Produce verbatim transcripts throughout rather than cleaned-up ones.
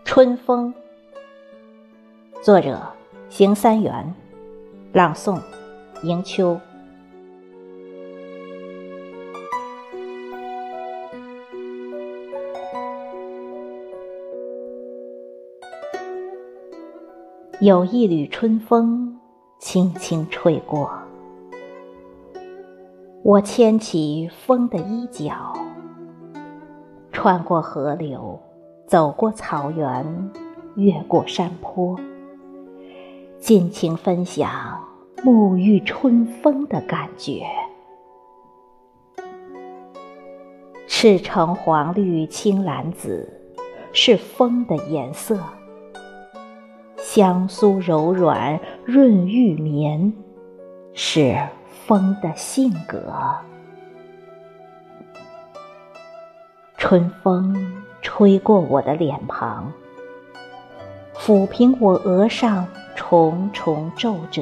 春风，作者邢三元，朗诵迎秋。有一缕春风轻轻吹过，我牵起风的衣角，穿过河流，走过草原，越过山坡，尽情分享沐浴春风的感觉。赤橙黄绿青蓝紫是风的颜色，香酥柔软润玉绵是风的性格。春风吹过我的脸庞，抚平我额上重重皱褶。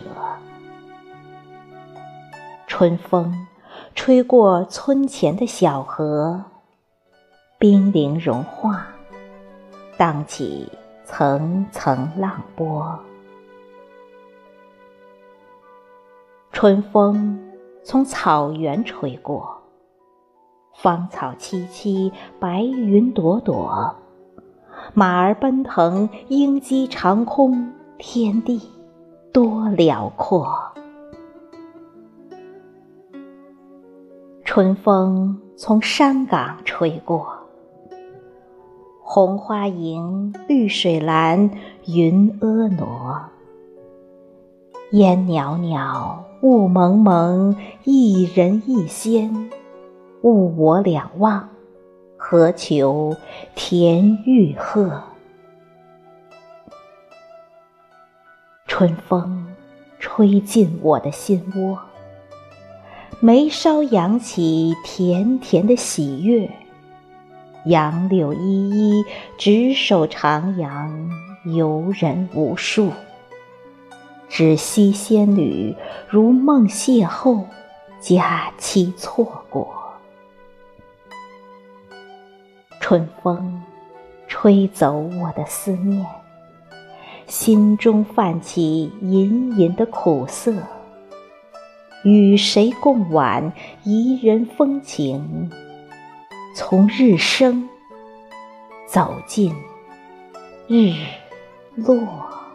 春风吹过村前的小河，冰凌融化，荡起层层浪波。春风从草原吹过，芳草萋萋，白云朵朵，马儿奔腾，鹰击长空，天地多辽阔。春风从山岗吹过，红花迎，绿水蓝，云婀娜，烟袅袅，雾蒙蒙，一人一仙，物我两忘，何求田欲壑。春风吹进我的心窝，眉梢扬起甜甜的喜悦，杨柳依依，执手徜徉，游人无数。只惜仙侣如梦邂逅，佳期错过。春风吹走我的思念，心中泛起隐隐的苦涩。与谁共挽宜人风情，从日升走进日落。